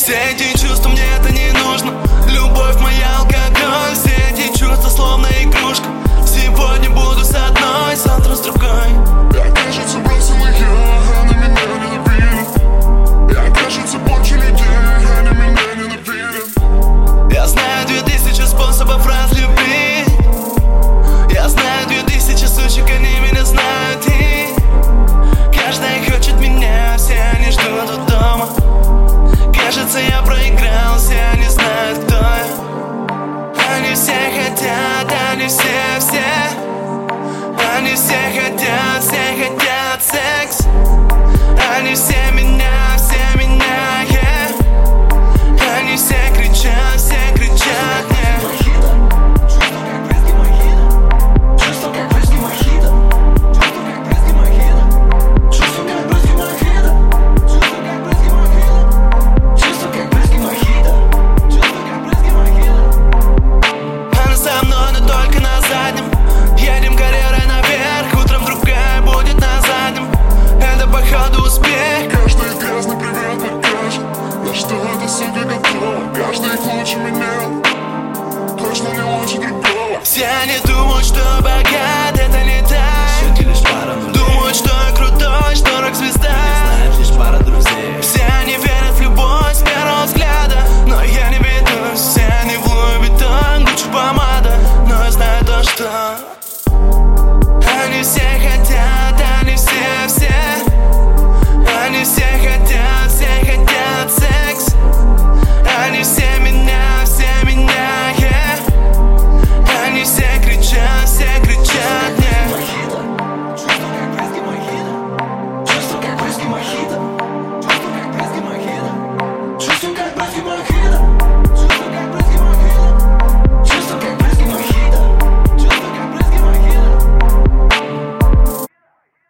Все эти чувства, мне это не нужно. Любовь моя, алкоголь. Все эти чувства, словно игрушка. Сегодня буду с одной, завтра с другой. Я, кажется, бросила ее, она меня ненавидит. Я, кажется, больше людей, они меня ненавидят. Я знаю 2000 способов разлюбить. Я знаю 2000 сучек, они меня знают. И каждая хочет меня, все они ждут у дома. Кажется, я проиграл, все они знают, кто я. Они все хотят, они все. Они все хотят секс. Они все меня, yeah. Они все кричат, yeah. Чувство как брызги мохито. Чувство как брызги мохито. Чувство как брызги мохито. Она со мной, но только на заднем. Едем карьерой наверх, утром другая будет на заднем. Это походу успех. Каждый грязный привет покажет, на что эта сука готова. Каждый их лучше меня, точно не лучше другого. Все они думают, что богат.